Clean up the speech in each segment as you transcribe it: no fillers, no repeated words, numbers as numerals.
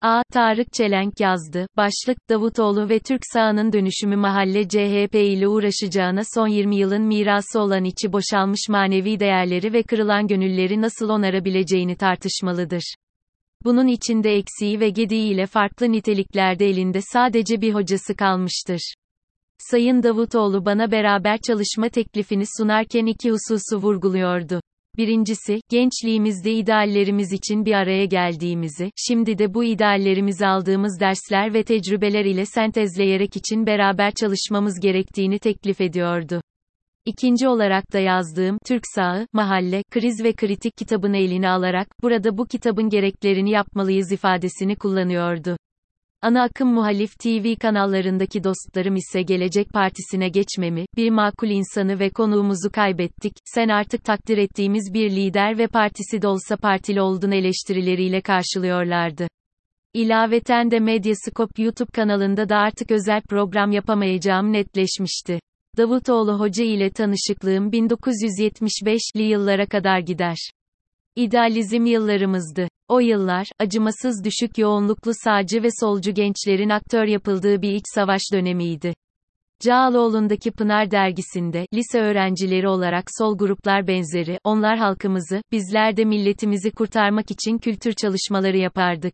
Tarık Çelenk yazdı. Başlık, Davutoğlu ve Türk sağının dönüşümü mahalle CHP ile uğraşacağına son 20 yılın mirası olan içi boşalmış manevi değerleri ve kırılan gönülleri nasıl onarabileceğini tartışmalıdır. Bunun içinde eksiği ve gediğiyle farklı niteliklerde elinde sadece bir hocası kalmıştır. Sayın Davutoğlu bana beraber çalışma teklifini sunarken iki hususu vurguluyordu. Birincisi, gençliğimizde ideallerimiz için bir araya geldiğimizi, şimdi de bu ideallerimizi aldığımız dersler ve tecrübeler ile sentezleyerek için beraber çalışmamız gerektiğini teklif ediyordu. İkinci olarak da yazdığım, Türk Sağı, Mahalle, Kriz ve Kritik kitabını eline alarak, burada bu kitabın gereklerini yapmalıyız ifadesini kullanıyordu. Ana akım muhalif TV kanallarındaki dostlarım ise Gelecek Partisi'ne geçmemi, bir makul insanı ve konuğumuzu kaybettik, sen artık takdir ettiğimiz bir lider ve partisi de olsa partili oldun eleştirileriyle karşılıyorlardı. İlaveten de Medyascope YouTube kanalında da artık özel program yapamayacağım netleşmişti. Davutoğlu Hoca ile tanışıklığım 1975'li yıllara kadar gider. İdealizm yıllarımızdı. O yıllar, acımasız düşük yoğunluklu sağcı ve solcu gençlerin aktör yapıldığı bir iç savaş dönemiydi. Cağaloğlu'ndaki Pınar dergisinde, lise öğrencileri olarak sol gruplar benzeri, onlar halkımızı, bizler de milletimizi kurtarmak için kültür çalışmaları yapardık.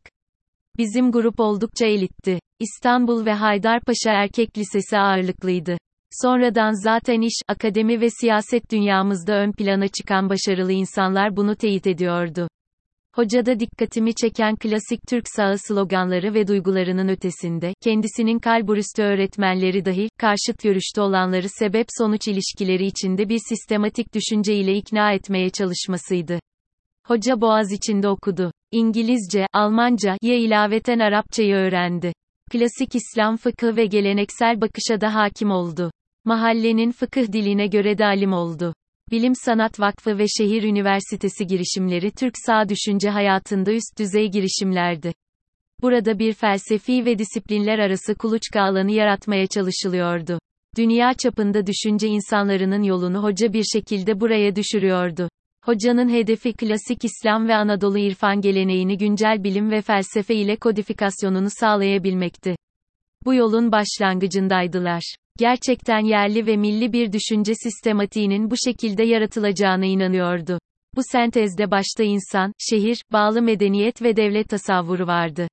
Bizim grup oldukça elitti. İstanbul ve Haydarpaşa Erkek Lisesi ağırlıklıydı. Sonradan zaten iş, akademi ve siyaset dünyamızda ön plana çıkan başarılı insanlar bunu teyit ediyordu. Hocada dikkatimi çeken klasik Türk sağı sloganları ve duygularının ötesinde, kendisinin kalburüstü öğretmenleri dahil, karşıt görüşte olanları sebep-sonuç ilişkileri içinde bir sistematik düşünceyle ikna etmeye çalışmasıydı. Hoca Boğaziçi'nde okudu. İngilizce, Almanca'ya ilaveten Arapçayı öğrendi. Klasik İslam fıkhı ve geleneksel bakışa da hakim oldu. Mahallenin fıkıh diline göre de alim oldu. Bilim Sanat Vakfı ve Şehir Üniversitesi girişimleri Türk sağ düşünce hayatında üst düzey girişimlerdi. Burada bir felsefi ve disiplinler arası kuluçka alanı yaratmaya çalışılıyordu. Dünya çapında düşünce insanlarının yolunu hoca bir şekilde buraya düşürüyordu. Hocanın hedefi klasik İslam ve Anadolu irfan geleneğini güncel bilim ve felsefe ile kodifikasyonunu sağlayabilmekti. Bu yolun başlangıcındaydılar. Gerçekten yerli ve milli bir düşünce sistematiğinin bu şekilde yaratılacağına inanıyordu. Bu sentezde başta insan, şehir, bağlı medeniyet ve devlet tasavvuru vardı.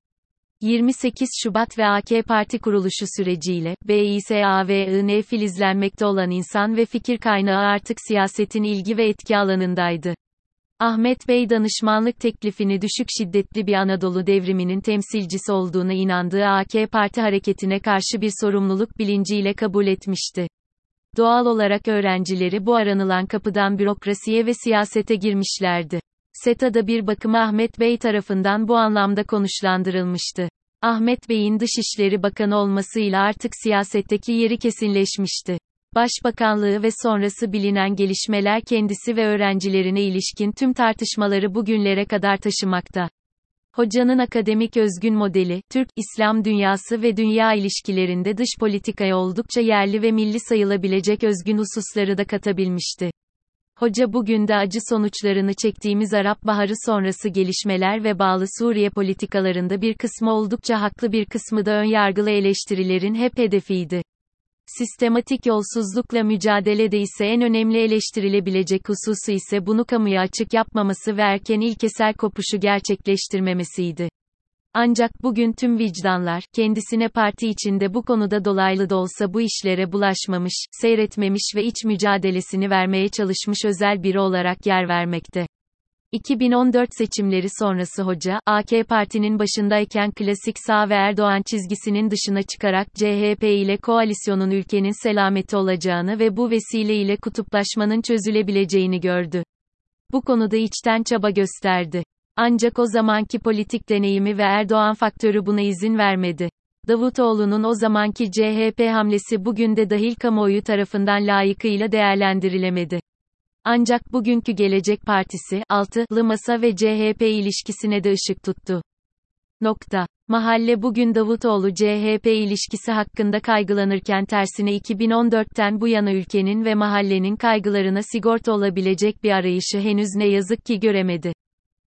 28 Şubat ve AK Parti kuruluşu süreciyle, BİSAVIN filizlenmekte olan insan ve fikir kaynağı artık siyasetin ilgi ve etki alanındaydı. Ahmet Bey danışmanlık teklifini düşük şiddetli bir Anadolu devriminin temsilcisi olduğuna inandığı AK Parti hareketine karşı bir sorumluluk bilinciyle kabul etmişti. Doğal olarak öğrencileri bu aranılan kapıdan bürokrasiye ve siyasete girmişlerdi. SETA'da bir bakıma Ahmet Bey tarafından bu anlamda konuşlandırılmıştı. Ahmet Bey'in Dışişleri Bakanı olmasıyla artık siyasetteki yeri kesinleşmişti. Başbakanlığı ve sonrası bilinen gelişmeler kendisi ve öğrencilerine ilişkin tüm tartışmaları bugünlere kadar taşımakta. Hocanın akademik özgün modeli, Türk-İslam dünyası ve dünya ilişkilerinde dış politikaya oldukça yerli ve milli sayılabilecek özgün hususları da katabilmişti. Hoca bugün de acı sonuçlarını çektiğimiz Arap Baharı sonrası gelişmeler ve bağlı Suriye politikalarında bir kısmı oldukça haklı bir kısmı da önyargılı eleştirilerin hep hedefiydi. Sistematik yolsuzlukla mücadelede ise en önemli eleştirilebilecek hususu ise bunu kamuya açık yapmaması ve erken ilkesel kopuşu gerçekleştirmemesiydi. Ancak bugün tüm vicdanlar, kendisine parti içinde bu konuda dolaylı da olsa bu işlere bulaşmamış, seyretmemiş ve iç mücadelesini vermeye çalışmış özel biri olarak yer vermekte. 2014 seçimleri sonrası hoca, AK Parti'nin başındayken klasik sağ ve Erdoğan çizgisinin dışına çıkarak CHP ile koalisyonun ülkenin selameti olacağını ve bu vesileyle kutuplaşmanın çözülebileceğini gördü. Bu konuda içten çaba gösterdi. Ancak o zamanki politik deneyimi ve Erdoğan faktörü buna izin vermedi. Davutoğlu'nun o zamanki CHP hamlesi bugün de dahil kamuoyu tarafından layıkıyla değerlendirilemedi. Ancak bugünkü Gelecek Partisi, altılı masa ve CHP ilişkisine de ışık tuttu. Mahalle bugün Davutoğlu-CHP ilişkisi hakkında kaygılanırken tersine 2014'ten bu yana ülkenin ve mahallenin kaygılarına sigorta olabilecek bir arayışı henüz ne yazık ki göremedi.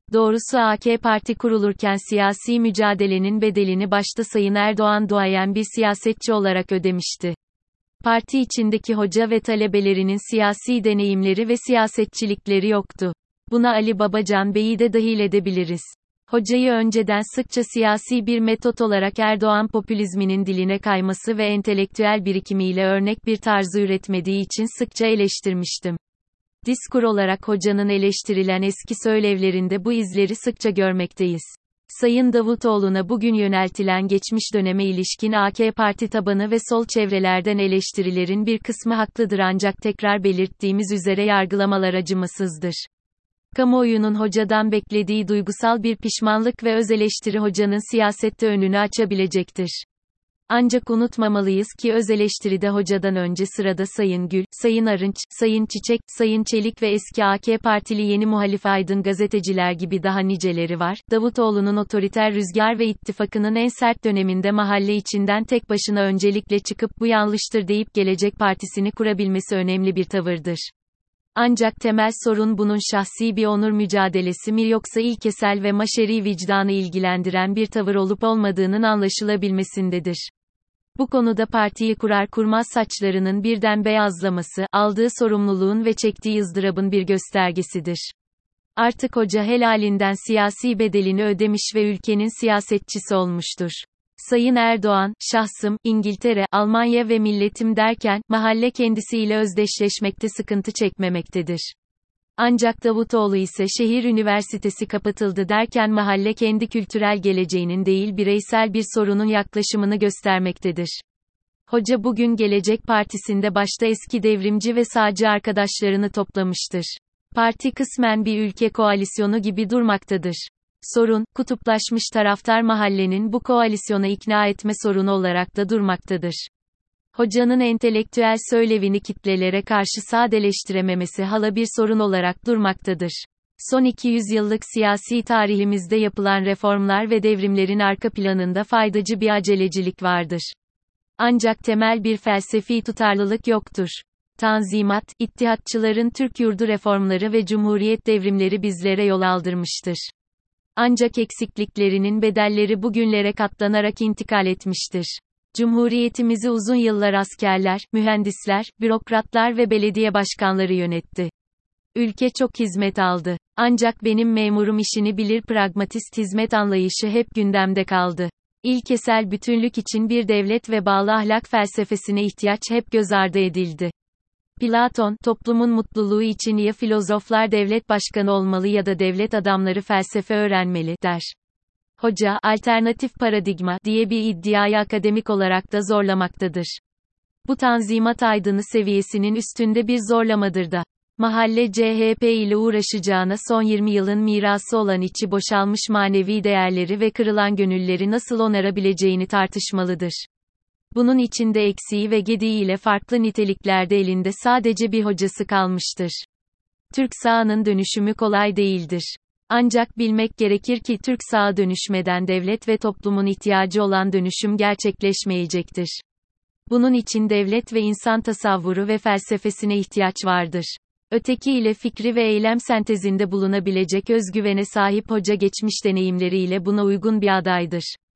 Doğrusu AK Parti kurulurken siyasi mücadelenin bedelini başta Sayın Erdoğan duayen bir siyasetçi olarak ödemişti. Parti içindeki hoca ve talebelerinin siyasi deneyimleri ve siyasetçilikleri yoktu. Buna Ali Babacan Bey'i de dahil edebiliriz. Hocayı önceden sıkça siyasi bir metot olarak Erdoğan popülizminin diline kayması ve entelektüel birikimiyle örnek bir tarzı üretmediği için sıkça eleştirmiştim. Diskur olarak hocanın eleştirilen eski söylevlerinde bu izleri sıkça görmekteyiz. Sayın Davutoğlu'na bugün yöneltilen geçmiş döneme ilişkin AK Parti tabanı ve sol çevrelerden eleştirilerin bir kısmı haklıdır ancak tekrar belirttiğimiz üzere yargılamalar acımasızdır. Kamuoyunun hocadan beklediği duygusal bir pişmanlık ve öz eleştiri hocanın siyasette önünü açabilecektir. Ancak unutmamalıyız ki öz eleştiride hocadan önce sırada Sayın Gül, Sayın Arınç, Sayın Çiçek, Sayın Çelik ve eski AK Partili yeni muhalif aydın gazeteciler gibi daha niceleri var. Davutoğlu'nun otoriter rüzgar ve ittifakının en sert döneminde mahalle içinden tek başına öncelikle çıkıp bu yanlıştır deyip Gelecek Partisi'ni kurabilmesi önemli bir tavırdır. Ancak temel sorun bunun şahsi bir onur mücadelesi mi yoksa ilkesel ve maşeri vicdanı ilgilendiren bir tavır olup olmadığının anlaşılabilmesindedir. Bu konuda partiyi kurar kurmaz saçlarının birden beyazlaması, aldığı sorumluluğun ve çektiği ızdırabın bir göstergesidir. Artık hoca helalinden siyasi bedelini ödemiş ve ülkenin siyasetçisi olmuştur. Sayın Erdoğan, şahsım, İngiltere, Almanya ve milletim derken, mahalle kendisiyle özdeşleşmekte sıkıntı çekmemektedir. Ancak Davutoğlu ise şehir üniversitesi kapatıldı derken mahalle kendi kültürel geleceğinin değil bireysel bir sorunun yaklaşımını göstermektedir. Hoca bugün Gelecek Partisi'nde başta eski devrimci ve sağcı arkadaşlarını toplamıştır. Parti kısmen bir ülke koalisyonu gibi durmaktadır. Sorun, kutuplaşmış taraftar mahallenin bu koalisyona ikna etme sorunu olarak da durmaktadır. Hocanın entelektüel söylevini kitlelere karşı sadeleştirememesi hala bir sorun olarak durmaktadır. Son 200 yıllık siyasi tarihimizde yapılan reformlar ve devrimlerin arka planında faydacı bir acelecilik vardır. Ancak temel bir felsefi tutarlılık yoktur. Tanzimat, İttihatçıların Türk yurdu reformları ve Cumhuriyet devrimleri bizlere yol aldırmıştır. Ancak eksikliklerinin bedelleri bugünlere katlanarak intikal etmiştir. Cumhuriyetimizi uzun yıllar askerler, mühendisler, bürokratlar ve belediye başkanları yönetti. Ülke çok hizmet aldı. Ancak benim memurum işini bilir pragmatist hizmet anlayışı hep gündemde kaldı. İlkesel bütünlük için bir devlet ve bağlı ahlak felsefesine ihtiyaç hep göz ardı edildi. Platon, toplumun mutluluğu için ya filozoflar devlet başkanı olmalı ya da devlet adamları felsefe öğrenmeli, der. Hoca, alternatif paradigma, diye bir iddiayı akademik olarak da zorlamaktadır. Bu Tanzimat aydını seviyesinin üstünde bir zorlamadır da. Mahalle CHP ile uğraşacağına son 20 yılın mirası olan içi boşalmış manevi değerleri ve kırılan gönülleri nasıl onarabileceğini tartışmalıdır. Bunun içinde eksiği ve gediği ile farklı niteliklerde elinde sadece bir hocası kalmıştır. Türk sağının dönüşümü kolay değildir. Ancak bilmek gerekir ki Türk sağı dönüşmeden devlet ve toplumun ihtiyacı olan dönüşüm gerçekleşmeyecektir. Bunun için devlet ve insan tasavvuru ve felsefesine ihtiyaç vardır. Öteki ile fikri ve eylem sentezinde bulunabilecek özgüvene sahip hoca geçmiş deneyimleriyle buna uygun bir adaydır.